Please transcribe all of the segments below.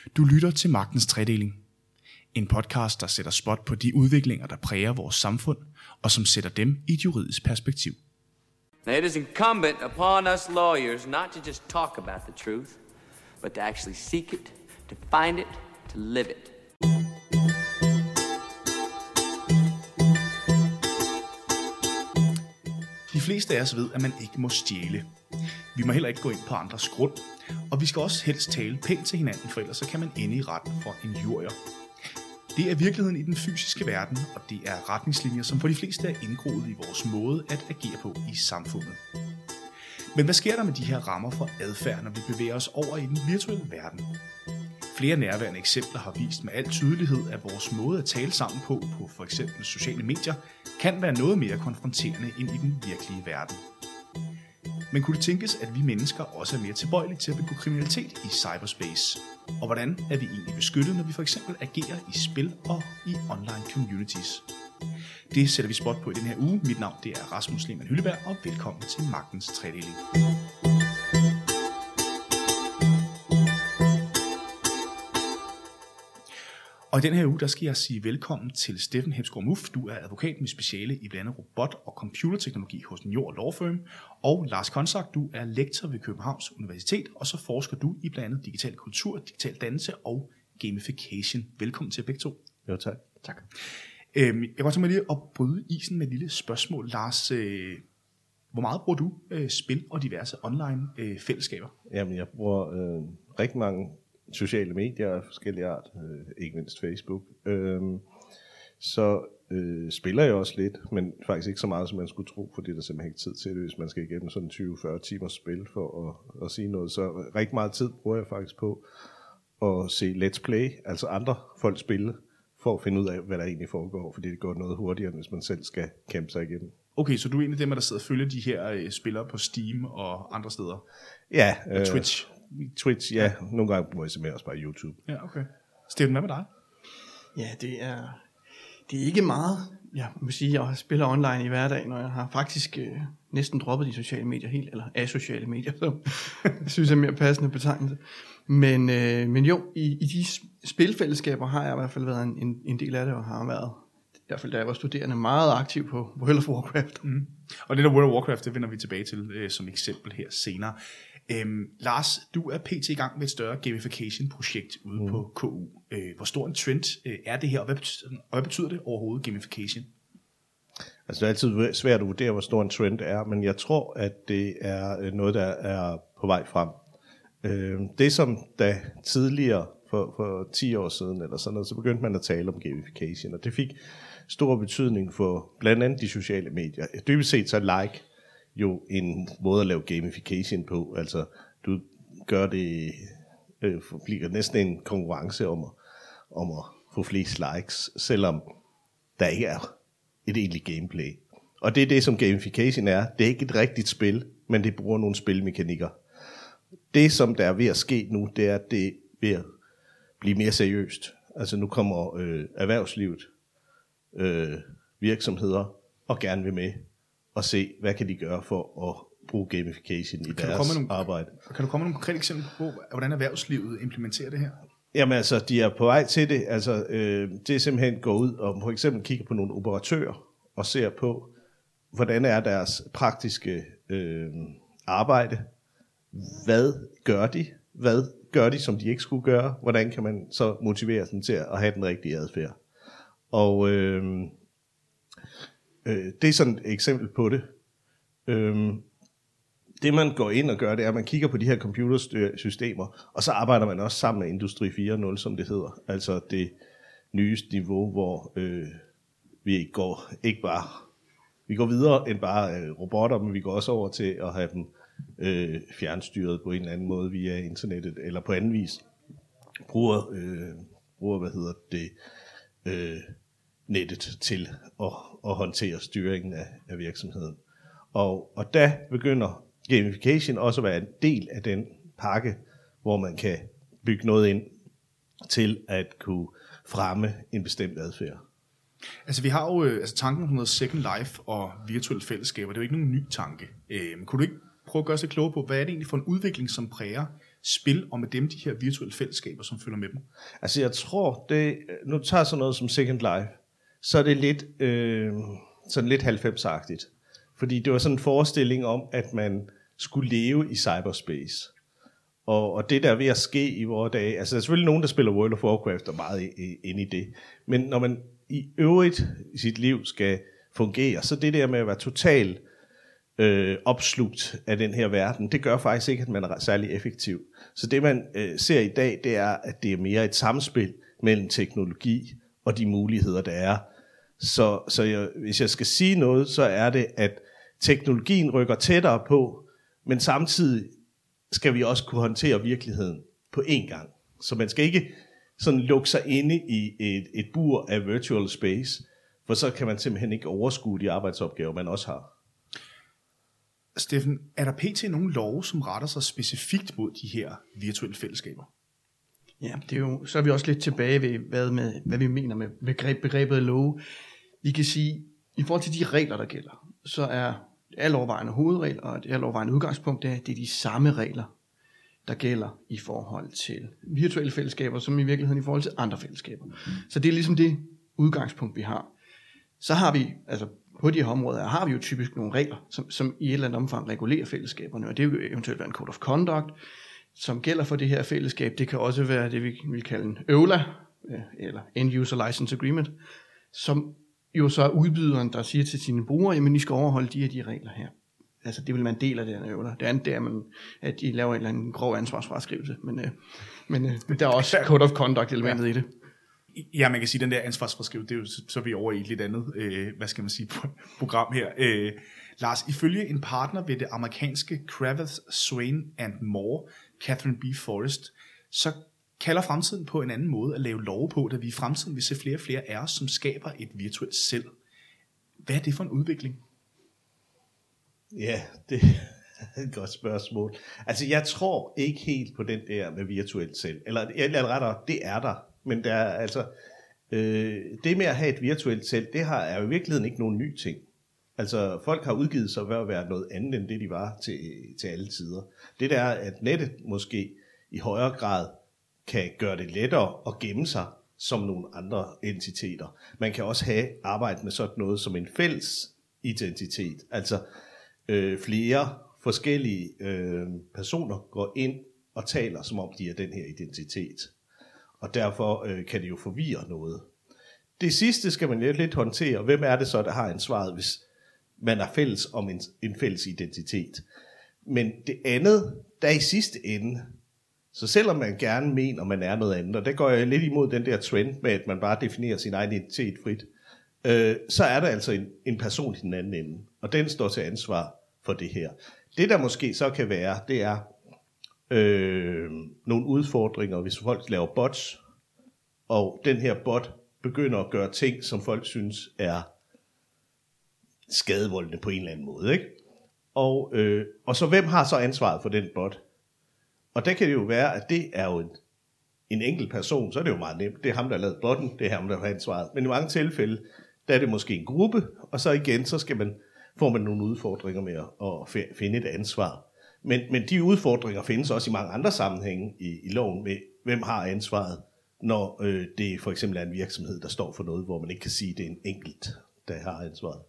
Du lytter til Magtens Tredeling. En podcast, der sætter spot på de udviklinger, der præger vores samfund, og som sætter dem i et juridisk perspektiv. Now, it is incumbent upon us lawyers not to just talk about the truth, but to actually seek it, to find it, to live it. De fleste af os ved, at man ikke må stjæle. Vi må heller ikke gå ind på andres grund, og vi skal også helst tale pænt til hinanden, for ellers så kan man ende i retten for injurier. Det er virkeligheden i den fysiske verden, og det er retningslinjer, som for de fleste er indgroet i vores måde at agere på i samfundet. Men hvad sker der med de her rammer for adfærd, når vi bevæger os over i den virtuelle verden? Flere nærværende eksempler har vist med al tydelighed, at vores måde at tale sammen på for eksempel sociale medier, kan være noget mere konfronterende end i den virkelige verden. Men kunne det tænkes, at vi mennesker også er mere tilbøjelige til at begå kriminalitet i cyberspace? Og hvordan er vi egentlig beskyttet, når vi for eksempel agerer i spil og i online communities? Det sætter vi spot på i den her uge. Mit navn det er Rasmus Lehmann Hylleberg, og velkommen til Magtens Tredeling. Og i den her uge, der skal jeg sige velkommen til Steffen Hepsgaard Muff. Du er advokat med speciale i blandt andet robot- og computerteknologi hos Njord Law Firm. Og Lars Konsak, du er lektor ved Københavns Universitet, og så forsker du i blandt andet digital kultur, digital dannelse og gamification. Velkommen til begge to. Jo, tak. Tak. Jeg kan godt tænke mig lige at bryde isen med et lille spørgsmål. Lars, hvor meget bruger du spil og diverse online fællesskaber? Jamen, jeg bruger rigtig mange sociale medier af forskellige art, ikke mindst Facebook. Så spiller jeg også lidt, men faktisk ikke så meget, som man skulle tro, fordi der simpelthen ikke tid til det, hvis man skal igennem sådan 20-40 timers spil for at sige noget. Så rigtig meget tid bruger jeg faktisk på at se Let's Play, altså andre folk spille, for at finde ud af, hvad der egentlig foregår, fordi det går noget hurtigere, hvis man selv skal kæmpe sig igennem. Okay, så du er en af dem, der sidder og følger de her spillere på Steam og andre steder? Ja. Og Twitch? Twitch, ja. Nogle gange bruger jeg simpelthen også bare YouTube. Ja, okay. Steffen, hvad med dig? Ja, det er ikke meget. Jeg må sige, jeg spiller online i hverdagen, og jeg har faktisk næsten droppet de sociale medier helt, eller asociale medier, som jeg synes er mere passende betegnelse. Men jo, i de spilfællesskaber har jeg i hvert fald været en del af det, og har været, i hvert fald da jeg var studerende, meget aktiv på World of Warcraft. Mm. Og det der World of Warcraft, det vender vi tilbage til som eksempel her senere. Lars, du er pt. I gang med et større gamification-projekt ude på KU. Hvor stor en trend er det her, og hvad betyder det overhovedet, gamification? Altså det er altid svært at vurdere, hvor stor en trend er, men jeg tror, at det er noget, der er på vej frem. Det som da tidligere, for 10 år siden eller sådan noget, så begyndte man at tale om gamification, og det fik stor betydning for blandt andet de sociale medier. Dybest set så er like jo en måde at lave gamification på, altså du gør det, bliver næsten en konkurrence om at få flest likes, selvom der ikke er et egentligt gameplay. Og det er det, som gamification er. Det er ikke et rigtigt spil, men det bruger nogle spilmekanikker. Det, som der er ved at ske nu, det er, at det er ved at blive mere seriøst. Altså nu kommer erhvervslivet, virksomheder, og gerne vil med og se, hvad kan de gøre for at bruge gamification i deres arbejde. Kan du komme med nogle konkrete eksempler på, hvordan erhvervslivet implementerer det her? Jamen altså, de er på vej til det. Altså, det er simpelthen gå ud og for eksempel kigge på nogle operatører og ser på, hvordan er deres praktiske arbejde. Hvad gør de? Hvad gør de, som de ikke skulle gøre? Hvordan kan man så motivere dem til at have den rigtige adfærd? Og det er sådan et eksempel på det. Det man går ind og gør, det er, at man kigger på de her computersystemer, og så arbejder man også sammen med Industri 4.0, som det hedder. Altså det nyeste niveau, hvor vi går videre end bare robotter, men vi går også over til at have dem fjernstyret på en eller anden måde via internettet, eller på anden vis bruger nettet til at håndtere styringen af virksomheden. Og der begynder gamification også at være en del af den pakke, hvor man kan bygge noget ind til at kunne fremme en bestemt adfærd. Altså vi har jo tanken om noget Second Life og virtuelle fællesskaber. Det er jo ikke nogen ny tanke. Kunne du ikke prøve at gøre sig klogere på, hvad er det egentlig for en udvikling, som præger spil, og med dem de her virtuelle fællesskaber, som følger med dem? Altså jeg tror, nu tager sådan noget som Second Life, så er det lidt, sådan lidt 90'er-agtigt. Fordi det var sådan en forestilling om, at man skulle leve i cyberspace. Og det der er ved at ske i vores dage, altså der er selvfølgelig nogen, der spiller World of Warcraft og meget ind i det, men når man i øvrigt i sit liv skal fungere, så det der med at være totalt opslugt af den her verden, det gør faktisk ikke, at man er særlig effektiv. Så det man ser i dag, det er, at det er mere et samspil mellem teknologi og de muligheder, der er. Så hvis jeg skal sige noget, så er det, at teknologien rykker tættere på, men samtidig skal vi også kunne håndtere virkeligheden på én gang. Så man skal ikke sådan lukke sig inde i et bur af virtual space, for så kan man simpelthen ikke overskue de arbejdsopgaver, man også har. Steffen, er der pt. Nogle love, som retter sig specifikt mod de her virtuelle fællesskaber? Ja, det er jo, så er vi også lidt tilbage ved, hvad vi mener med begrebet love. Vi kan sige, i forhold til de regler, der gælder, så er alovervejende hovedregel og et alovervejende udgangspunkt, det er de samme regler, der gælder i forhold til virtuelle fællesskaber, som i virkeligheden i forhold til andre fællesskaber. Så det er ligesom det udgangspunkt, vi har. Så har vi, altså på de her områder, har vi jo typisk nogle regler, som i et eller andet omfang regulerer fællesskaberne, og det vil eventuelt være en code of conduct, som gælder for det her fællesskab. Det kan også være det, vi vil kalde en EULA, eller End User License Agreement, som jo så er udbyderen, der siger til sine brugere, jamen I skal overholde de regler her. Altså det vil man del af det her EULA. Det andet er, at de laver en eller anden grov ansvarsfraskrivelse, men der er også code of conduct elementet i det. Ja, man kan sige, at den der ansvarsforskrivelse, det er jo så vi over i et lidt andet, program her. Lars, ifølge en partner ved det amerikanske Cravath, Swaine & Moore, Catherine B. Forrest, så kalder fremtiden på en anden måde at lave love på, da vi i fremtiden vil se flere og flere af os, som skaber et virtuelt selv. Hvad er det for en udvikling? Ja, det er et godt spørgsmål. Altså, jeg tror ikke helt på den der med virtuelt selv. Eller rettere, det er der. Men der er altså, det med at have et virtuelt selv, er jo i virkeligheden ikke nogen ny ting. Altså, folk har udgivet sig ved at være noget andet, end det de var til alle tider. Det der er, at nettet måske i højere grad kan gøre det lettere at gemme sig som nogle andre entiteter. Man kan også arbejde med sådan noget som en fælles identitet. Altså, flere forskellige personer går ind og taler, som om de er den her identitet. Og derfor kan det jo forvirre noget. Det sidste skal man lidt håndtere. Hvem er det så, der har ansvaret, hvis man er fælles om en fælles identitet? Men det andet, der i sidste ende, så selvom man gerne mener, man er noget andet, og det går jeg lidt imod den der trend med, at man bare definerer sin egen identitet frit, så er der altså en person i den anden ende, og den står til ansvar for det her. Det der måske så kan være, det er nogle udfordringer, hvis folk laver bots, og den her bot begynder at gøre ting, som folk synes er skadevoldende på en eller anden måde, ikke? Og så hvem har så ansvaret for den bot? Og der kan det jo være, at det er jo en enkelt person, så er det jo meget nemt. Det er ham, der har lavet botten, det er ham, der har ansvaret. Men i mange tilfælde, der er det måske en gruppe, og så igen, så får man nogle udfordringer med at finde et ansvar. Men de udfordringer findes også i mange andre sammenhænge i loven med, hvem har ansvaret, når det for eksempel er en virksomhed, der står for noget, hvor man ikke kan sige, at det er en enkelt, der har ansvaret.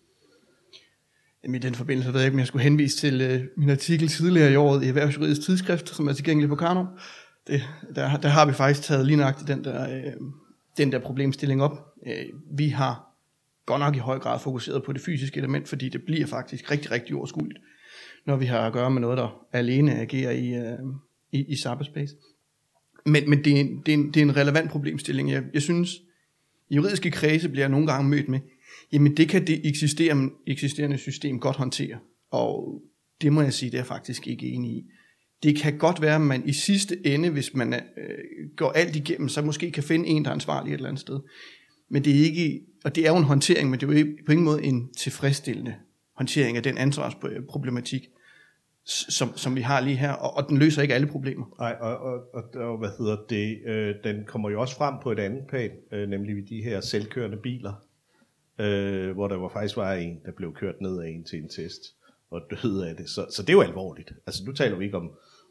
I den forbindelse ved jeg ikke, om jeg skulle henvise til min artikel tidligere i året i Erhvervsjuridisk Tidsskrift, som er tilgængelig på Karnov. Der har vi faktisk taget lige nøjagtigt den der problemstilling op. Vi har godt nok i høj grad fokuseret på det fysiske element, fordi det bliver faktisk rigtig, rigtig uoverskueligt, når vi har at gøre med noget, der alene agerer i cyberspace. Men det er en relevant problemstilling. Jeg synes, i juridiske kredse bliver jeg nogle gange mødt med, jamen det kan det eksisterende system godt håndtere. Og det må jeg sige, det er jeg faktisk ikke enig i. Det kan godt være, at man i sidste ende, hvis man går alt igennem, så måske kan finde en, der er ansvarlig et eller andet sted. Men det er ikke, og det er jo en håndtering, men det er jo på ingen måde en tilfredsstillende håndtering af den ansvarsproblematik, som vi har lige her, og den løser ikke alle problemer. Nej, og den kommer jo også frem på et andet plan, nemlig de her selvkørende biler, hvor der faktisk var en, der blev kørt ned af en til en test, og døde af det. Så det er jo alvorligt. Altså nu taler vi ikke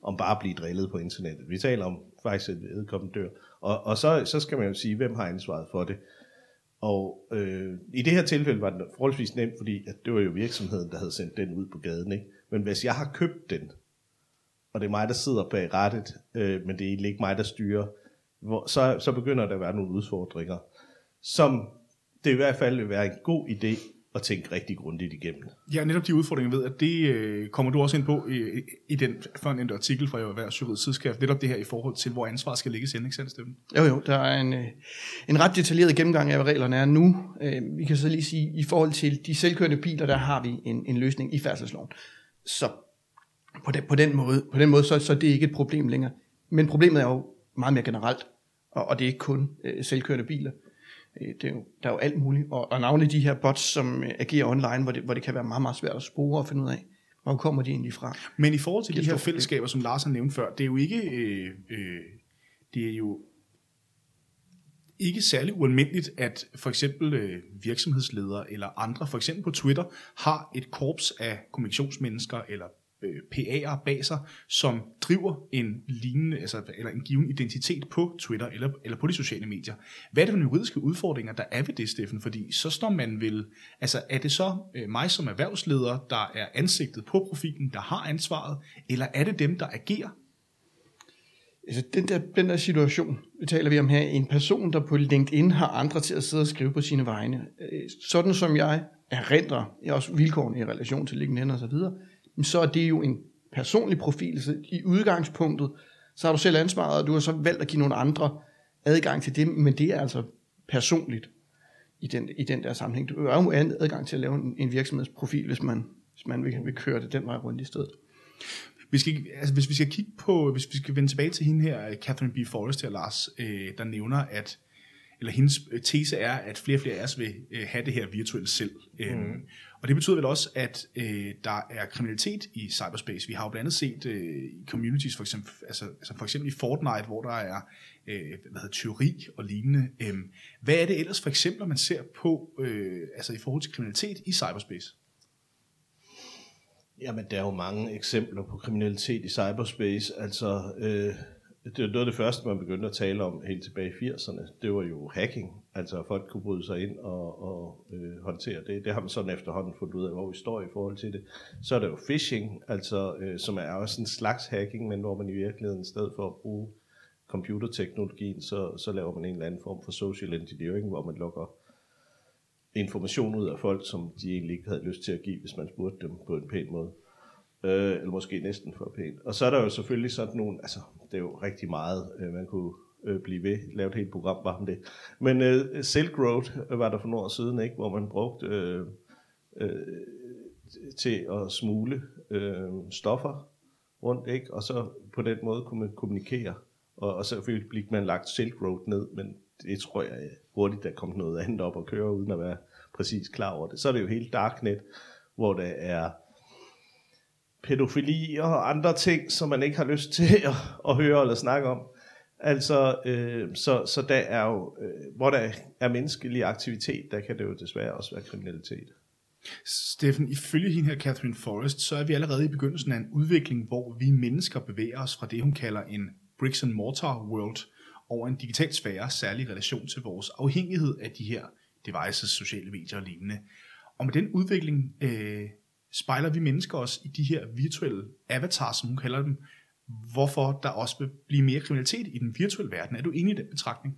om bare at blive drillet på internettet. Vi taler om faktisk et vedkommende dør. Og så skal man jo sige, hvem har ansvaret for det. Og i det her tilfælde var det forholdsvis nemt, fordi at det var jo virksomheden, der havde sendt den ud på gaden. Ikke? Men hvis jeg har købt den, og det er mig, der sidder bag rattet, men det er egentlig ikke mig, der styrer, så begynder der at være nogle udfordringer, som det i hvert fald vil være en god idé at tænke rigtig grundigt igennem. Ja, netop de udfordringer ved, at det kommer du også ind på i den førnævnte artikel fra Erhvervsjuridisk Tidsskrift, netop det her i forhold til, hvor ansvaret skal lægges ind, ikke sandt, Steffen? Jo, der er en ret detaljeret gennemgang af, hvad reglerne er nu. Vi kan så lige sige, i forhold til de selvkørende biler, der har vi en løsning i færdselsloven. Så på den måde så det er ikke et problem længere. Men problemet er jo meget mere generelt, og det er ikke kun selvkørende biler. Der er jo alt muligt, og navnlig de her bots, som agerer online, hvor det kan være meget, meget svært at spore og finde ud af, hvor kommer de egentlig fra. Men i forhold til de her fællesskaber, som Lars har nævnt før, det er jo ikke særlig ualmindeligt, at for eksempel virksomhedsledere eller andre, for eksempel på Twitter, har et korps af kommunikationsmennesker eller PA'er bag sig, som driver en lignende, eller en given identitet på Twitter eller på de sociale medier. Hvad er det for juridiske udfordringer, der er ved det, Steffen? Fordi så står man vel, er det så mig som erhvervsleder, der er ansigtet på profilen, der har ansvaret, eller er det dem, der agerer? Altså den der situation, vi taler vi om her, en person, der på LinkedIn har andre til at sidde og skrive på sine vegne. Sådan som jeg erindrer, også vilkårene i relation til LinkedIn og så videre, så er det jo en personlig profil. Så i udgangspunktet, så har du selv ansvaret, og du har så valgt at give nogle andre adgang til det, men det er altså personligt i den der sammenhæng. Du har jo adgang til at lave en virksomhedsprofil, hvis man vil køre det den vej rundt i stedet. Hvis vi skal vende tilbage til hende her, Catherine B. Forrest her, Lars, der nævner, eller hendes tese er, at flere og flere af os vil have det her virtuelt selv. Og det betyder vel også, at der er kriminalitet i cyberspace. Vi har jo blandt andet set i communities, for eksempel, for eksempel i Fortnite, hvor der er tyveri og lignende. Hvad er det ellers for eksempler, man ser på i forhold til kriminalitet i cyberspace? Jamen, der er jo mange eksempler på kriminalitet i cyberspace. Det var noget af det første, man begyndte at tale om helt tilbage i 80'erne. Det var jo hacking. Altså, folk kunne bryde sig ind og håndtere det. Det har man sådan efterhånden fundet ud af, hvor vi står i forhold til det. Så er der jo phishing, som er også en slags hacking, men hvor man i virkeligheden i stedet for at bruge computerteknologien, så laver man en eller anden form for social engineering, hvor man lukker information ud af folk, som de egentlig ikke havde lyst til at give, hvis man spurgte dem på en pæn måde. Eller måske næsten for pænt. Og så er der jo selvfølgelig sådan nogle, det er jo rigtig meget, man kunne blive ved, lave et helt program bare om det. Men Silk Road var der for nogle år siden, ikke, hvor man brugte til at smule stoffer rundt, ikke, og så på den måde kunne man kommunikere, og så fik man lagt Silk Road ned, men det tror jeg hurtigt, der kom noget andet op og køre, uden at være præcis klar over det. Så er det jo helt darknet, hvor der er pædofili og andre ting, som man ikke har lyst til at høre eller snakke om. Så der er jo, hvor der er menneskelig aktivitet, der kan det jo desværre også være kriminalitet. Steffen, ifølge hende her, Catherine Forrest, så er vi allerede i begyndelsen af en udvikling, hvor vi mennesker bevæger os fra det, hun kalder en bricks and mortar world, over en digital sfære, særlig i relation til vores afhængighed af de her devices, sociale medier og lignende. Og med den udvikling spejler vi mennesker os i de her virtuelle avatars, som hun kalder dem, hvorfor der også vil blive mere kriminalitet i den virtuelle verden. Er du enig i den betragtning?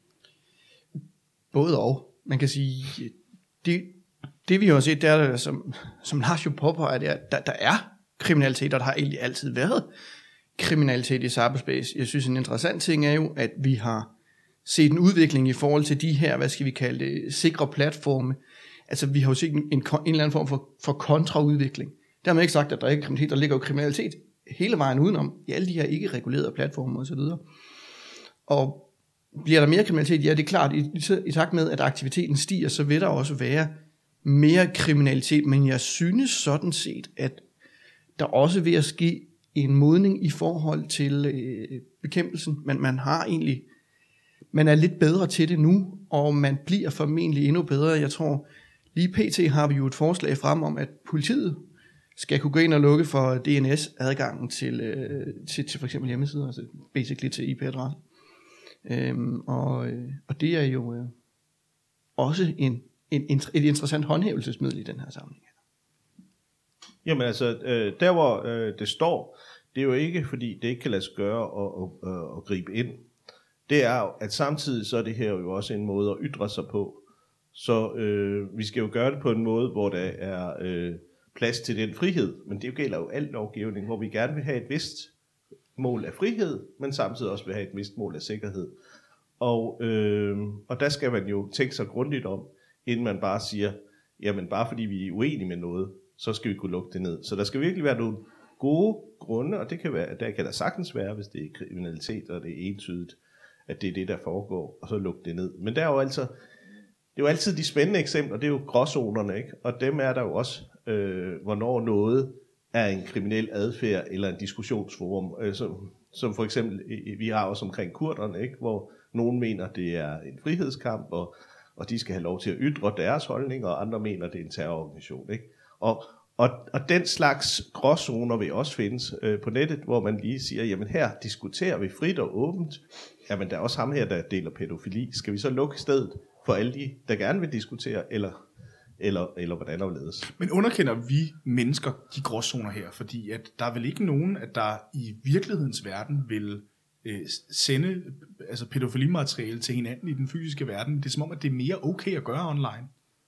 Både og. Man kan sige, det vi har set, det er, som Lars jo påpeger, det er, at der er kriminalitet, og der har egentlig altid været kriminalitet i cyberspace. Jeg synes, en interessant ting er jo, at vi har set en udvikling i forhold til de her, hvad skal vi kalde det, sikre platforme. Altså, vi har jo set en eller anden form for kontraudvikling. Der har man ikke sagt, at der ikke er kriminalitet. Der ligger jo kriminalitet hele vejen udenom i alle de her ikke regulerede platforme osv. Og bliver der mere kriminalitet? Ja, det er klart. I takt med, at aktiviteten stiger, så vil der også være mere kriminalitet. Men jeg synes sådan set, at der også vil at ske en modning i forhold til bekæmpelsen. Man er lidt bedre til det nu, og man bliver formentlig endnu bedre. Jeg tror, lige pt. har vi jo et forslag frem om, at politiet skal jeg kunne gå ind og lukke for DNS-adgangen til for eksempel hjemmesider, altså basically til IP-adresse. Og det er jo også et interessant håndhævelsesmiddel i den her sammenhæng. Jamen altså, der hvor det står, det er jo ikke fordi det ikke kan lade sig gøre at gribe ind. Det er jo, at samtidig så er det her jo også en måde at ytre sig på. Så vi skal jo gøre det på en måde, hvor der er plads til den frihed. Men det gælder jo al lovgivning, hvor vi gerne vil have et vist mål af frihed, men samtidig også vil have et vist mål af sikkerhed. Og der skal man jo tænke sig grundigt om, inden man bare siger, jamen bare fordi vi er uenige med noget, så skal vi kunne lukke det ned. Så der skal virkelig være nogle gode grunde, og det kan være, der kan der sagtens være, hvis det er kriminalitet, og det er entydigt, at det er det, der foregår, og så lukke det ned. Men der er jo altså, det er jo altid de spændende eksempler, det er jo gråzonerne, ikke? Og dem er der jo også, hvornår noget er en kriminel adfærd, eller en diskussionsforum, som for eksempel, vi har også omkring kurderne, ikke? Hvor nogen mener, det er en frihedskamp, og de skal have lov til at ytre deres holdning, og andre mener, det er en terrororganisation, ikke? Og den slags gråzoner vil også findes på nettet, hvor man lige siger, jamen her diskuterer vi frit og åbent. Jamen der er også ham her, der deler pædofili. Skal vi så lukke stedet for alle de, der gerne vil diskutere, eller hvordan overledes? Men underkender vi mennesker de gråzoner her? Fordi at der er vel ikke nogen, at der i virkelighedens verden vil sende altså pædofilimateriale til hinanden i den fysiske verden. Det er som om, at det er mere okay at gøre online.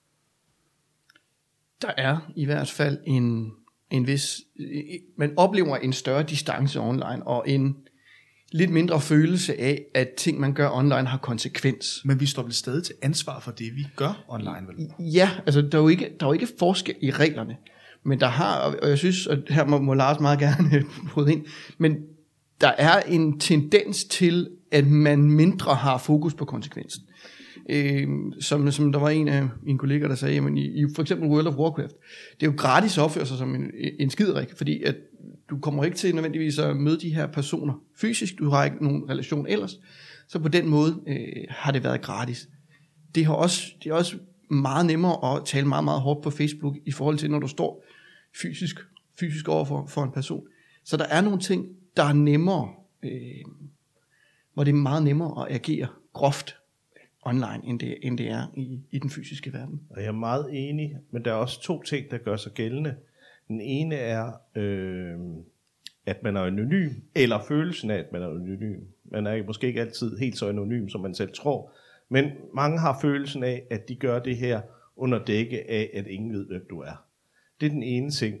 Der er i hvert fald en vis, man oplever en større distance online, og en lidt mindre følelse af, at ting man gør online har konsekvens. Men vi står vel stadig til ansvar for det, vi gør online, vel? Ja, altså der er jo ikke forskel i reglerne, men der har, og jeg synes, at her må Lars meget gerne bryde ind, men der er en tendens til, at man mindre har fokus på konsekvensen. Som der var en af mine kolleger, der sagde, jamen i for eksempel World of Warcraft, det er jo gratis at opføre sig som en skiderik, fordi at du kommer ikke til nødvendigvis at møde de her personer fysisk, du har ikke nogen relation ellers, så på den måde har det været gratis. Det er også meget nemmere at tale meget, meget hårdt på Facebook, i forhold til når du står fysisk over for en person. Så der er nogle ting, der er nemmere, hvor det er meget nemmere at agere groft online, end det er i den fysiske verden. Og jeg er meget enig, men der er også to ting, der gør sig gældende. Den ene er, at man er anonym, eller følelsen af, at man er anonym. Man er måske ikke altid helt så anonym, som man selv tror, men mange har følelsen af, at de gør det her under dække af, at ingen ved, hvem du er. Det er den ene ting.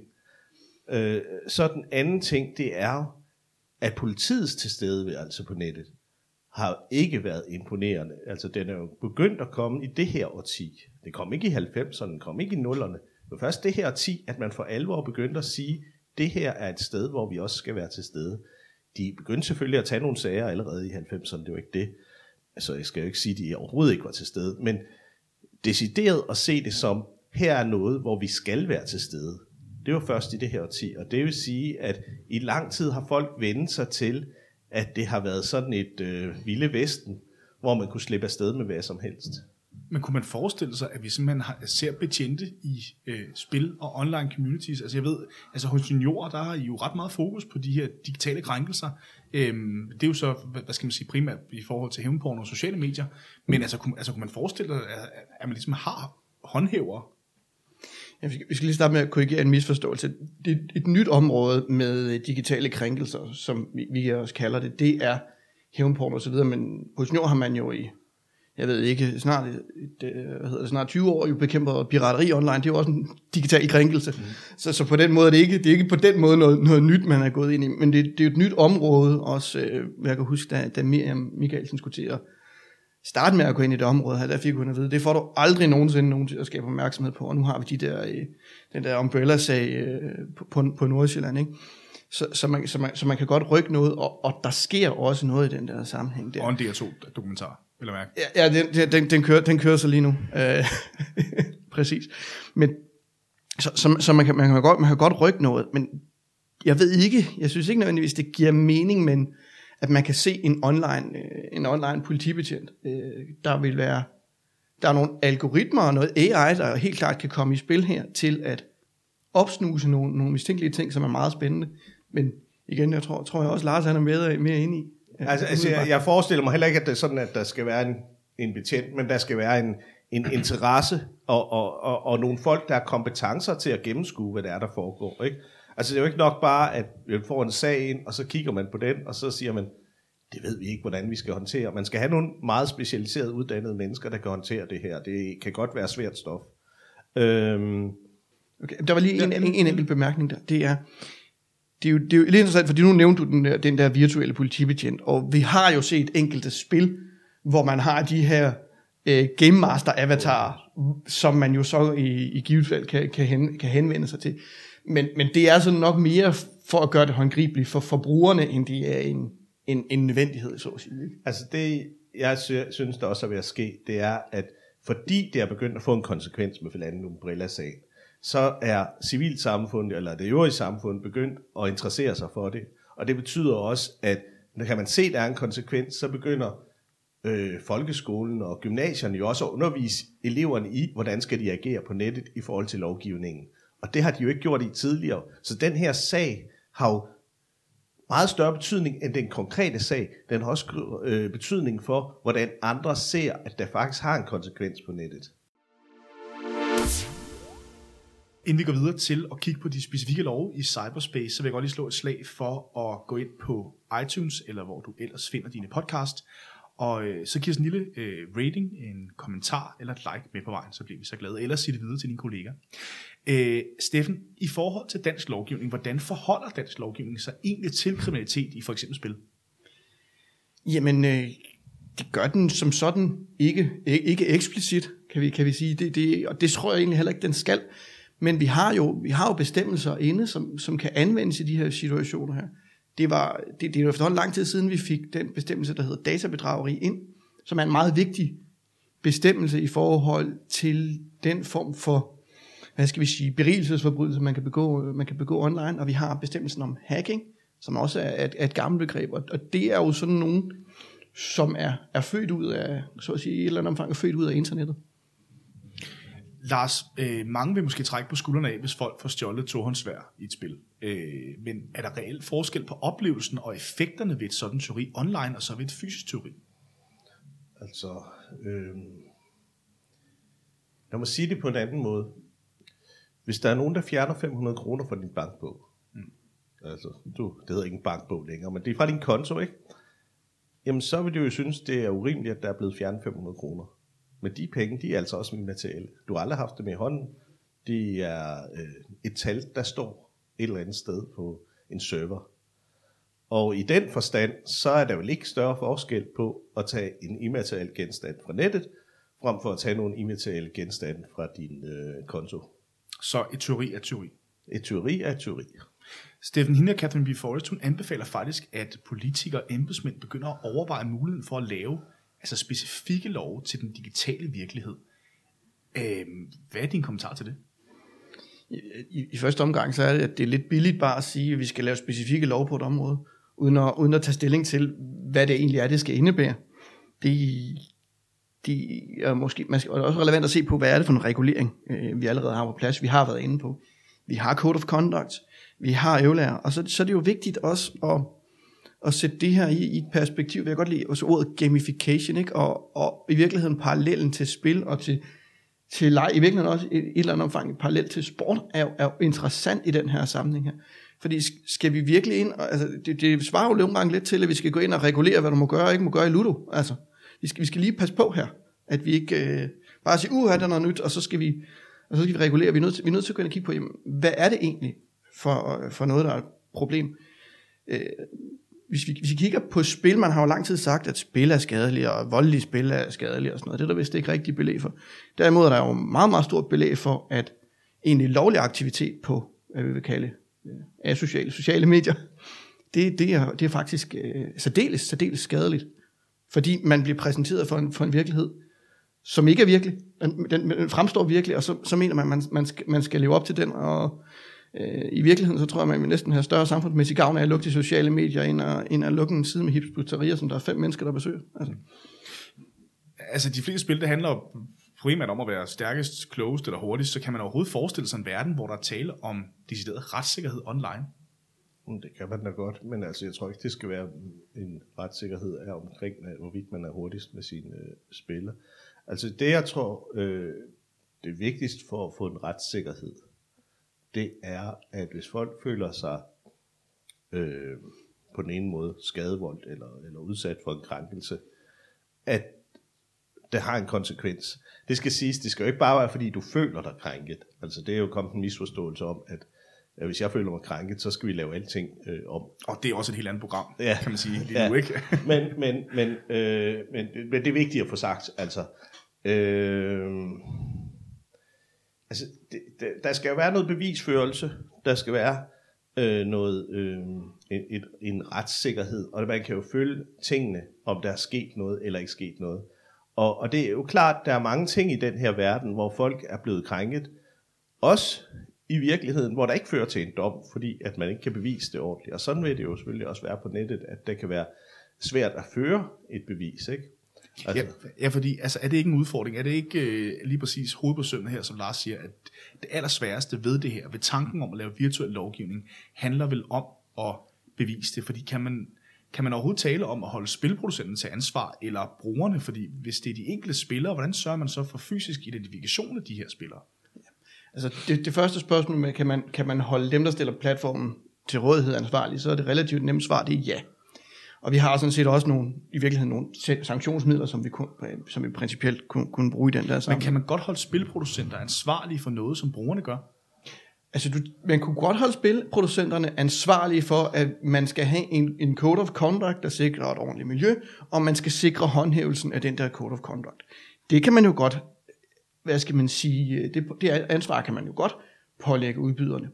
Så den anden ting, det er, at politiets tilstedeværelse på nettet har ikke været imponerende. Altså, den er jo begyndt at komme i det her årti. Det kom ikke i 90'erne, den kom ikke i 0'erne. Det var først det her årti, at man for alvor begyndte at sige, det her er et sted, hvor vi også skal være til stede. De begyndte selvfølgelig at tage nogle sager allerede i 90'erne, det var ikke det. Altså, jeg skal jo ikke sige, at de overhovedet ikke var til stede, men decideret at se det som, her er noget, hvor vi skal være til stede. Det var først i det her årti, og det vil sige, at i lang tid har folk vendt sig til, at det har været sådan et vilde vesten, hvor man kunne slippe afsted med hvad som helst. Men kunne man forestille sig, at vi simpelthen ser betjente i spil og online communities? Altså jeg ved, altså hos juniorer, der har I jo ret meget fokus på de her digitale krænkelser. Det er jo så, hvad skal man sige, primært i forhold til hævnporno og sociale medier. Men altså kunne man forestille sig, at man ligesom har håndhæver? Ja, vi skal lige starte med at korrigere en misforståelse. Et nyt område med digitale krænkelser, som vi også kalder det, det er hævnporno og så videre, men hos junior har man jo jeg ved ikke, snart 20 år jo bekæmpet pirateri online. Det er jo også en digital krænkelse. Så på den måde det er ikke på den måde noget nyt, man er gået ind i. Men det er et nyt område også. Jeg kan huske, da Miriam Michaelsen skulle til at starte med at gå ind i det område her, der fik hun at vide, det får du aldrig nogensinde nogen til at skabe opmærksomhed på. Og nu har vi den der umbrella-sag på Nordsjælland, ikke? Så man kan godt rykke noget, og der sker også noget i den der sammenhæng der. Og en DR2-dokumentar, eller mærke. Ja, den kører så lige nu. Præcis. Men så man kan godt rykke noget, men jeg synes ikke nødvendigvis, det giver mening, men at man kan se en online politibetjent. Der er nogle algoritmer og noget AI, der helt klart kan komme i spil her, til at opsnuse nogle mistænkelige ting, som er meget spændende. Men igen, jeg tror jeg også, Lars han er mere inde i. Altså jeg forestiller mig heller ikke, at det er sådan, at der skal være en betjent, men der skal være en interesse og nogle folk, der har kompetencer til at gennemskue, hvad det er, der foregår. Ikke? Altså det er jo ikke nok bare, at vi får en sag ind, og så kigger man på den, og så siger man, det ved vi ikke, hvordan vi skal håndtere. Man skal have nogle meget specialiserede, uddannede mennesker, der kan håntere det her. Det kan godt være svært stof. Okay, der var lige en enkelt bemærkning der. Det er jo lidt interessant, fordi nu nævnte du den der virtuelle politibetjent, og vi har jo set enkelte spil, hvor man har de her Game Master avatarer, som man jo så i givet fald kan henvende sig til. Men det er sådan nok mere for at gøre det håndgribeligt for brugerne, end det er en nødvendighed, så at sige. Altså det, jeg synes, der også er ved at ske, det er, at fordi det er begyndt at få en konsekvens med Fernando Umbrella-sagen, så er civilsamfundet, eller det øvrige samfund, begyndt at interessere sig for det. Og det betyder også, at når kan man se, at der er en konsekvens, så begynder folkeskolen og gymnasierne jo også at undervise eleverne i, hvordan skal de agere på nettet i forhold til lovgivningen. Og det har de jo ikke gjort i tidligere. Så den her sag har jo meget større betydning end den konkrete sag. Den har også betydning for, hvordan andre ser, at der faktisk har en konsekvens på nettet. Inden vi går videre til at kigge på de specifikke love i cyberspace, så vil jeg godt lige slå et slag for at gå ind på iTunes, eller hvor du ellers finder dine podcast, og så giv os en lille rating, en kommentar eller et like med på vejen, så bliver vi så glade. Ellers sig det videre til dine kolleger. Steffen, i forhold til dansk lovgivning, hvordan forholder dansk lovgivning sig egentlig til kriminalitet i for eksempel spil? Jamen, det gør den som sådan ikke eksplicit, kan vi sige. Og det tror jeg egentlig heller ikke, den skal. Men vi har jo bestemmelser inde, som kan anvendes i de her situationer her. Det er jo efterhånden lang tid siden, vi fik den bestemmelse, der hedder databedrageri ind, som er en meget vigtig bestemmelse i forhold til den form for, hvad skal vi sige, berigelsesforbrydelse, man kan begå online. Og vi har bestemmelsen om hacking, som også er et gammelt begreb. Og det er jo sådan nogen, som er født ud af, så at sige, i et eller andet omfang er født ud af internettet. Lars, mange vil måske trække på skuldrene af, hvis folk får stjålet tohåndssværd i et spil. Men er der reelt forskel på oplevelsen og effekterne ved et sådan teori online, og så ved et fysisk teori? Altså, lad mig sige det på en anden måde. Hvis der er nogen, der fjerner 500 kroner fra din bankbog, altså, det hedder ikke en bankbog længere, men det er fra din konto, ikke? Jamen, så vil du jo synes, det er urimeligt, at der er blevet fjernet 500 kroner. Men de penge, de er altså også materielle. Du har aldrig haft dem i hånden. Det er et tal, der står et eller andet sted på en server. Og i den forstand, så er der vel ikke større forskel på at tage en immateriel genstand fra nettet, frem for at tage nogle immaterielle genstande fra din konto. Så et teori er teori? Et teori er et teori. Steffen, hende og Catherine B. Forrest, hun anbefaler faktisk, at politikere og embedsmænd begynder at overveje muligheden for at lave altså specifikke love til den digitale virkelighed. Hvad er din kommentar til det? I første omgang, så er det, at det er lidt billigt bare at sige, at vi skal lave specifikke love på et område, uden at tage stilling til, hvad det egentlig er, det skal indebære. Det er måske også relevant at se på, hvad er det for en regulering, vi allerede har på plads. Vi har været inde på. Vi har Code of Conduct, vi har EULAR, og så er det jo vigtigt også at sætte det her i et perspektiv. Jeg kan godt lide også ordet gamification, ikke? Og i virkeligheden parallellen til spil og til leg, i virkeligheden også et eller andet omfang parallelt til sport, er jo interessant i den her sammenhæng her. Fordi skal vi virkelig ind, altså det svarer jo nogle gange lidt til, at vi skal gå ind og regulere, hvad du må gøre og ikke må gøre i Ludo. Altså, vi skal lige passe på her, at vi ikke bare siger, der er noget nyt, og så skal vi regulere. Vi er nødt til at gå ind og kigge på, jamen, hvad er det egentlig for noget, der er et problem? Hvis vi kigger på spil, man har jo lang tid sagt, at spil er skadelige, og voldelige spil er skadelige og sådan noget. Det er der vist ikke rigtig belæg for. Derimod er der jo meget, meget stort belæg for, at egentlig lovlig aktivitet på, hvad vi vil kalde sociale medier, det er faktisk særdeles skadeligt. Fordi man bliver præsenteret for en virkelighed, som ikke er virkelig. Den fremstår virkelig, og så mener man skal leve op til den, og i virkeligheden, så tror jeg, man vil næsten have større samfundsmæssig gavn af at lukke de sociale medier, end at lukke en side med hipsbutterier, som der er 5 mennesker, der besøger. Altså de fleste spil, det handler primært om at være stærkest, klogest eller hurtigst, så kan man overhovedet forestille sig en verden, hvor der er tale om decideret retssikkerhed online. Det kan man da godt, men altså, jeg tror ikke, det skal være en retssikkerhed af omkring, hvorvidt man er hurtigst med sine spiller. Altså det, jeg tror, det vigtigste for at få en retssikkerhed, det er, at hvis folk føler sig på den ene måde skadevoldt eller udsat for en krænkelse, at det har en konsekvens. Det skal siges, det skal jo ikke bare være, fordi du føler dig krænket. Altså det er jo kommet en misforståelse om, at hvis jeg føler mig krænket, så skal vi lave alting om. Og det er også et helt andet program, ja, kan man sige lige nu, ikke? men det er vigtigt at få sagt, altså. Der skal jo være noget bevisførelse, der skal være en retssikkerhed, og man kan jo følge tingene, om der er sket noget eller ikke sket noget. Og det er jo klart, der er mange ting i den her verden, hvor folk er blevet krænket, også i virkeligheden, hvor der ikke fører til en dom, fordi at man ikke kan bevise det ordentligt. Og sådan vil det jo selvfølgelig også være på nettet, at det kan være svært at føre et bevis, ikke? Altså. Ja, fordi altså, er det ikke en udfordring? Er det ikke lige præcis hovedpersømmet her, som Lars siger, at det allersværeste ved det her, ved tanken om at lave virtuel lovgivning, handler vel om at bevise det? Fordi kan man overhovedet tale om at holde spilproducenten til ansvar, eller brugerne? Fordi hvis det er de enkelte spillere, hvordan sørger man så for fysisk identifikation af de her spillere? Altså det første spørgsmål med, kan man holde dem, der stiller platformen til rådighed ansvarlige, så er det relativt nemt svar, det er ja. Og vi har sådan set også i virkeligheden nogle sanktionsmidler, som vi principielt kunne bruge i den der sammenhæng. Men kan man godt holde spilproducenter ansvarlige for noget, som brugerne gør? Altså man kunne godt holde spilproducenterne ansvarlige for, at man skal have en code of conduct, der sikrer et ordentligt miljø, og man skal sikre håndhævelsen af den der code of conduct. Det kan man jo godt, hvad skal man sige, det ansvar kan man jo godt pålægge udbyderne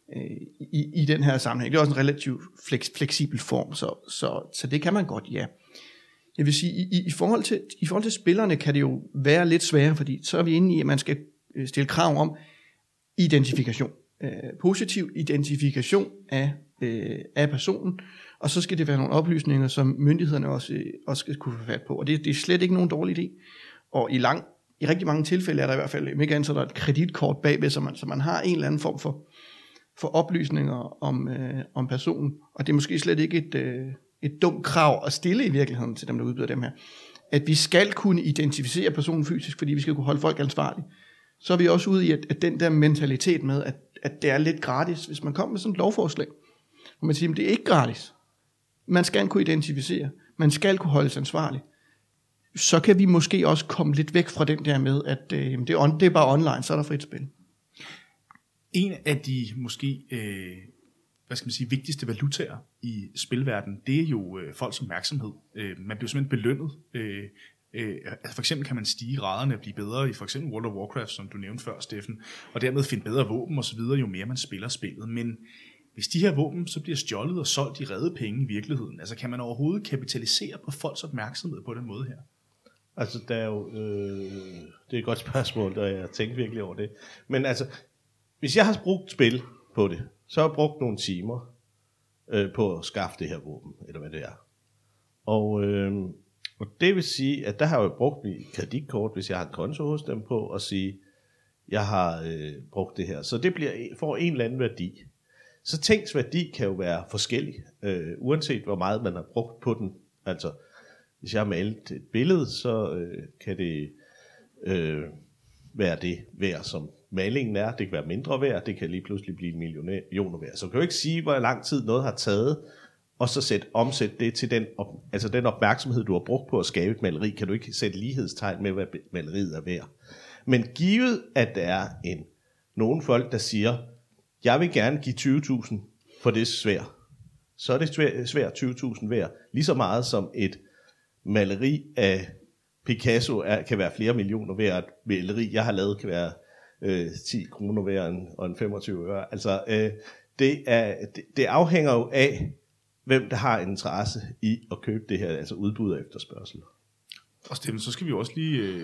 i den her sammenhæng. Det er også en relativt fleksibel form, så det kan man godt, ja. Jeg vil sige, i forhold til spillerne kan det jo være lidt sværere, fordi så er vi inde i, at man skal stille krav om identifikation. Positiv identifikation af personen, og så skal det være nogle oplysninger, som myndighederne også skal kunne få fat på. Og det er slet ikke nogen dårlig idé. Og i rigtig mange tilfælde er der i hvert fald ikke andet, så der er et kreditkort bagved, så man har en eller anden form for oplysninger om personen. Og det er måske slet ikke et dumt krav at stille i virkeligheden til dem, der udbyder dem her. At vi skal kunne identificere personen fysisk, fordi vi skal kunne holde folk ansvarlige. Så er vi også ude i, at den der mentalitet med, at det er lidt gratis, hvis man kommer med sådan et lovforslag, hvor man siger, at det er ikke gratis. Man skal kunne identificere, man skal kunne holdes ansvarlig. Så kan vi måske også komme lidt væk fra den der med, at det er bare online, så er der frit spil. En af de måske vigtigste valutaer i spilverdenen, det er jo folks opmærksomhed. Man bliver simpelthen belønnet. For eksempel kan man stige graderne og blive bedre i for eksempel World of Warcraft, som du nævnte før, Steffen, og dermed finde bedre våben osv., jo mere man spiller spillet. Men hvis de her våben så bliver stjålet og solgt i redde penge i virkeligheden, altså kan man overhovedet kapitalisere på folks opmærksomhed på den måde her? Altså der er jo, det er et godt spørgsmål, og jeg tænker virkelig over det. Men altså, hvis jeg har brugt spil på det, så har jeg brugt nogle timer på at skaffe det her våben, eller hvad det er. Og det vil sige, at der har jeg jo brugt mit kreditkort, hvis jeg har en konto hos dem på, og sige, jeg har brugt det her. Så det får en eller anden værdi. Så tings værdi kan jo være forskellig, uanset hvor meget man har brugt på den. Altså, hvis jeg har malet et billede, så kan det være det værd, som malingen er. Det kan være mindre værd, det kan lige pludselig blive millioner værd. Så kan du ikke sige, hvor lang tid noget har taget, og så omsætte det til den opmærksomhed, du har brugt på at skabe et maleri, kan du ikke sætte lighedstegn med, hvad maleriet er værd. Men givet, at der er nogle folk, der siger, jeg vil gerne give 20.000 for det svær, så er det svært 20.000 værd. Lige så meget som et maleri af Picasso kan være flere millioner værd. Et maleri, jeg har lavet, kan være 10 kroner værd og en 25 øre. Altså, det afhænger jo af, hvem der har en interesse i at købe det her, altså udbud og efterspørgsel. Og Steffen, så skal vi jo også lige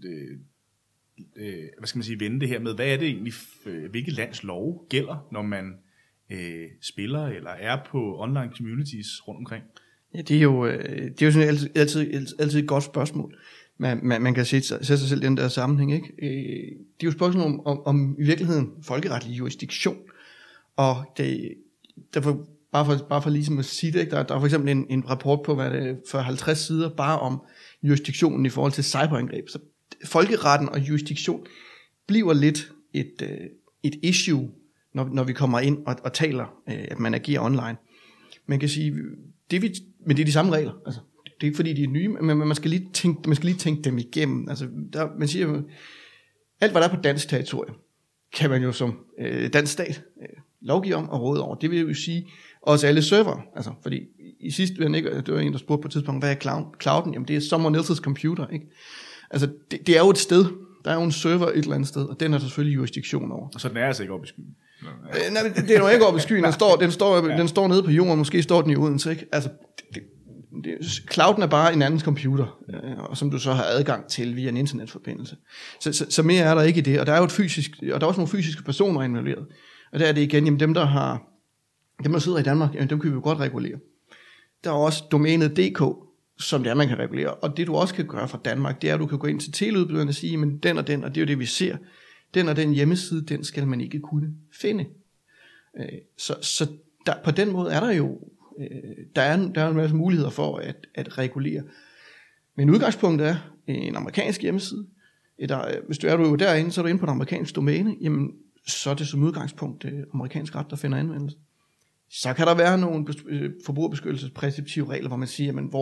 vende det her med, hvad er det egentlig, hvilket lands lov gælder, når man spiller eller er på online communities rundt omkring? Ja, det er jo sådan altid et godt spørgsmål. man kan sætte sig selv i den der sammenhæng, ikke? Det er jo et spørgsmål om i virkeligheden folkeretlig jurisdiktion, og derfor bare for ligesom at sige det, ikke? Der er for eksempel en rapport på, hvad det er, 50 sider, bare om jurisdiktionen i forhold til cyberangreb. Så folkeretten og jurisdiktion bliver lidt et issue, når vi kommer ind og taler, at man agerer online. Man kan sige, men det er de samme regler. Altså, det er ikke fordi, de er nye, men man skal lige tænke dem igennem. Altså, man siger, alt hvad der er på dansk territorium, kan man jo som dansk stat lovgive om og råde over. Det vil jo sige, også alle server. Altså, fordi i sidste det var en, der spurgte på et tidspunkt, hvad er clouden? Jamen, det er someone else's computer, ikke? Altså, det er jo et sted. Der er jo en server et eller andet sted, og den er der selvfølgelig jurisdiktion over. Så den er altså ikke oppe i skyen? Nej, det er jo ikke oppe i skyen. Den står nede på jorden, måske står den i Odense, ikke? Altså, clouden er bare en andens computer, og som du så har adgang til via en internetforbindelse. Så mere er der ikke i det, og der er jo og der er også nogle fysiske personer involveret. Og der er det igen, jamen dem der sidder i Danmark, jamen dem kan vi jo godt regulere. Der er også domænet DK, som det er, man kan regulere. Og det du også kan gøre fra Danmark, det er, at du kan gå ind til teleudbyderne og sige, men den og det er jo det, vi ser. Den og den hjemmeside, den skal man ikke kunne finde. Så der, på den måde er der jo, der er en masse muligheder for at regulere. Men udgangspunktet er en amerikansk hjemmeside. Hvis du er derinde, så er du inde på et amerikansk domæne, jamen så er det som udgangspunkt amerikansk ret, der finder anvendelse. Så kan der være nogle forbrugerbeskyttelsespræceptive regler, hvor man siger, at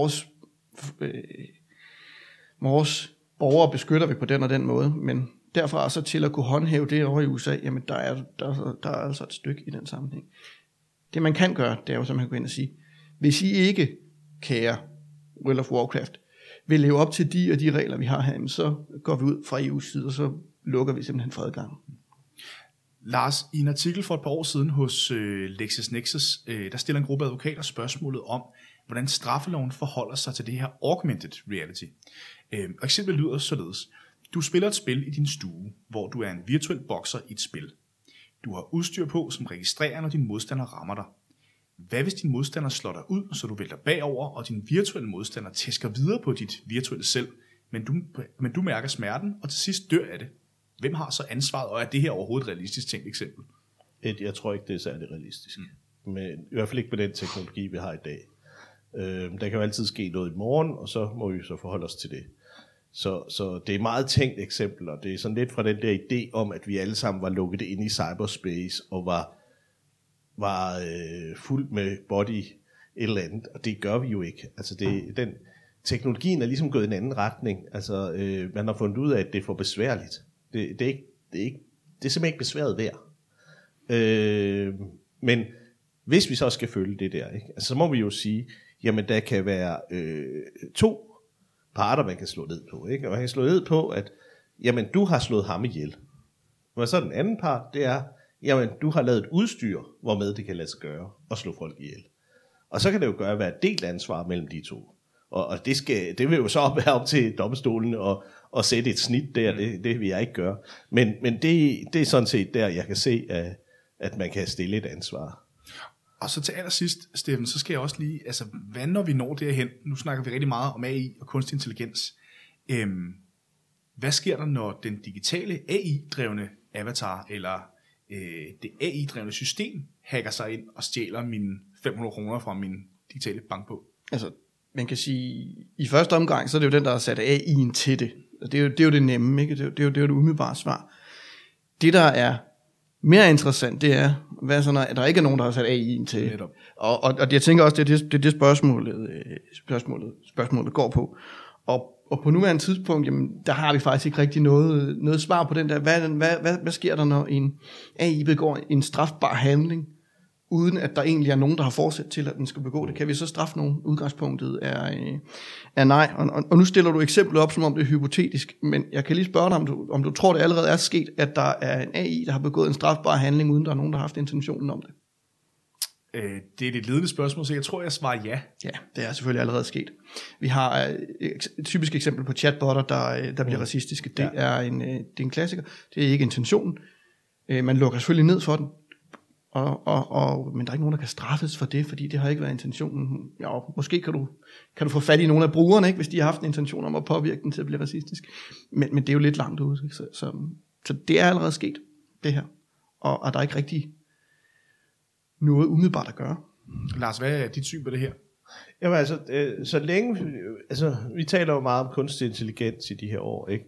vores borgere beskytter vi på den og den måde, men derfra så til at kunne håndhæve det over i USA, jamen der er altså et stykke i den sammenhæng. Det man kan gøre, det er jo, som man kan gå ind og sige, hvis I ikke, kære World of Warcraft, vil leve op til de og de regler, vi har herinde, så går vi ud fra EU's side, og så lukker vi simpelthen for adgangen. Lars, i en artikel for et par år siden hos LexisNexis, der stiller en gruppe advokater spørgsmålet om, hvordan straffeloven forholder sig til det her augmented reality. Og eksempel lyder således: du spiller et spil i din stue, hvor du er en virtuel bokser i et spil. Du har udstyr på, som registrerer, når din modstander rammer dig. Hvad hvis din modstander slår dig ud, så du vælter bagover, og din virtuelle modstander tæsker videre på dit virtuelle selv, men du mærker smerten, og til sidst dør af det? Hvem har så ansvaret, og er det her overhovedet et realistisk tænkt eksempel? Jeg tror ikke, det er særlig realistisk. Men i hvert fald ikke med den teknologi, vi har i dag. Der kan jo altid ske noget i morgen, og så må vi så forholde os til det. Så det er et meget tænkt eksempel, og det er sådan lidt fra den der idé om, at vi alle sammen var lukket ind i cyberspace, og var fuldt med body et eller andet, og det gør vi jo ikke. Altså teknologien er ligesom gået i en anden retning. Altså man har fundet ud af, at det er for besværligt. Det er simpelthen ikke besværet værd. Men hvis vi så skal følge det der, ikke? Altså, så må vi jo sige, jamen der kan være 2 parter, man kan slå ned på. Ikke? Og man kan slå ned på, at jamen, du har slået ham ihjel. Og så den anden part, det er, jamen du har lavet et udstyr, hvormed det kan lade sig gøre at slå folk ihjel. Og så kan det jo være et delt ansvar mellem de to. Og det vil jo så være op til domstolen og sætte et snit der, det vil jeg ikke gøre. Men det er sådan set der, jeg kan se, at man kan stille et ansvar. Og så til allersidst, Steffen, så skal jeg også lige, altså hvad når vi når derhen? Nu snakker vi rigtig meget om AI og kunstig intelligens. Hvad sker der, når den digitale AI-drevne avatar, eller det AI-drevne system, hacker sig ind og stjæler mine 500 kroner fra min digitale bankbog? Altså, man kan sige, i første omgang, så er det jo den, der har sat AI'en til det. Det er jo det nemme, ikke? Det er jo det umiddelbare svar. Det, der er mere interessant, det er, hvad så, når der ikke er nogen, der har sat AI'en til. Og jeg tænker også, det er det spørgsmålet går på. Og på nuværende tidspunkt, jamen, der har vi faktisk ikke rigtig noget svar på den der. Hvad sker der, når en AI begår en strafbar handling, uden at der egentlig er nogen, der har forsæt til, at den skal begå det? Kan vi så straffe nogen? Udgangspunktet er nej. Og nu stiller du eksemplet op, som om det er hypotetisk, men jeg kan lige spørge dig, om du tror, det allerede er sket, at der er en AI, der har begået en strafbar handling, uden der er nogen, der har haft intentionen om det? Det er et ledende spørgsmål, så jeg tror, jeg svarer ja. Ja, det er selvfølgelig allerede sket. Vi har et typisk eksempel på chatbotter, der bliver racistiske. Det er en klassiker. Det er ikke intentionen. Man lukker selvfølgelig ned for den. Men der er ikke nogen, der kan straffes for det, fordi det har ikke været intentionen. Ja, måske kan du få fat i nogle af brugerne, ikke, hvis de har haft en intention om at påvirke den til at blive racistisk. Men det er jo lidt langt ude. Ikke? Så det er allerede sket, det her. Og der er ikke rigtig noget umiddelbart at gøre. Lars, hvad er dit syn på det her? Jamen altså, så længe, altså vi taler jo meget om kunstig intelligens i de her år, ikke?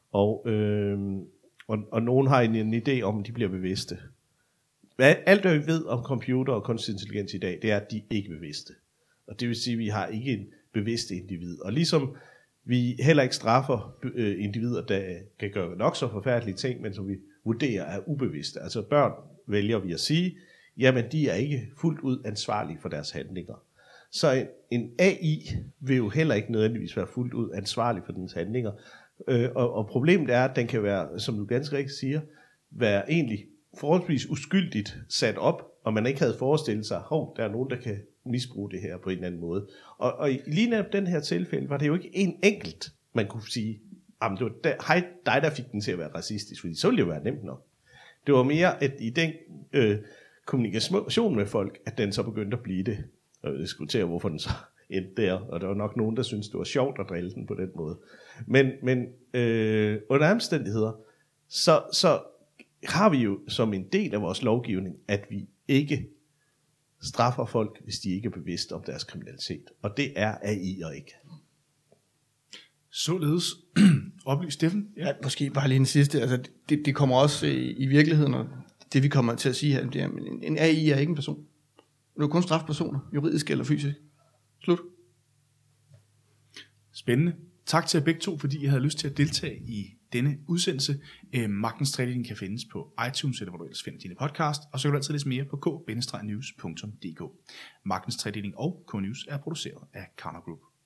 Og nogen har en idé om, at de bliver bevidste. Alt, hvad vi ved om computer og kunstig intelligens i dag, det er, at de ikke er bevidste. Og det vil sige, at vi har ikke en bevidst individ. Og ligesom vi heller ikke straffer individer, der kan gøre nok så forfærdelige ting, men som vi vurderer er ubevidste. Altså børn vælger vi at sige, jamen de er ikke fuldt ud ansvarlige for deres handlinger. Så en AI vil jo heller ikke nødvendigvis være fuldt ud ansvarlig for dens handlinger. Og problemet er, at den kan være, som du ganske rigtigt siger, være egentlig forholdsvis uskyldigt sat op, og man ikke havde forestillet sig, der er nogen, der kan misbruge det her på en eller anden måde. Og lige netop den her tilfælde, var det jo ikke en enkelt, man kunne sige, det var dig, der fik den til at være racistisk, fordi så ville det jo være nemt nok. Det var mere, at i den kommunikation med folk, at den så begyndte at blive det. Og vi diskuterer, hvorfor den så endte der, og der var nok nogen, der syntes, det var sjovt at drille den på den måde. Men under omstændigheder, så har vi jo som en del af vores lovgivning, at vi ikke straffer folk, hvis de ikke er bevidste om deres kriminalitet. Og det er AI og ikke. Således oplyst Steffen. Ja, måske bare lige en sidste. Altså, det kommer også i virkeligheden, og det vi kommer til at sige her, det er, en AI er ikke en person. Du kan kun straffe personer, juridisk eller fysisk. Slut. Spændende. Tak til jer begge to, fordi I havde lyst til at deltage i denne udsendelse. Magtens Tredeling kan findes på iTunes, eller hvor du ellers finder dine podcast, og så kan du altid læse mere på k-news.dk. Magtens Tredeling og K-News er produceret af Karner Group.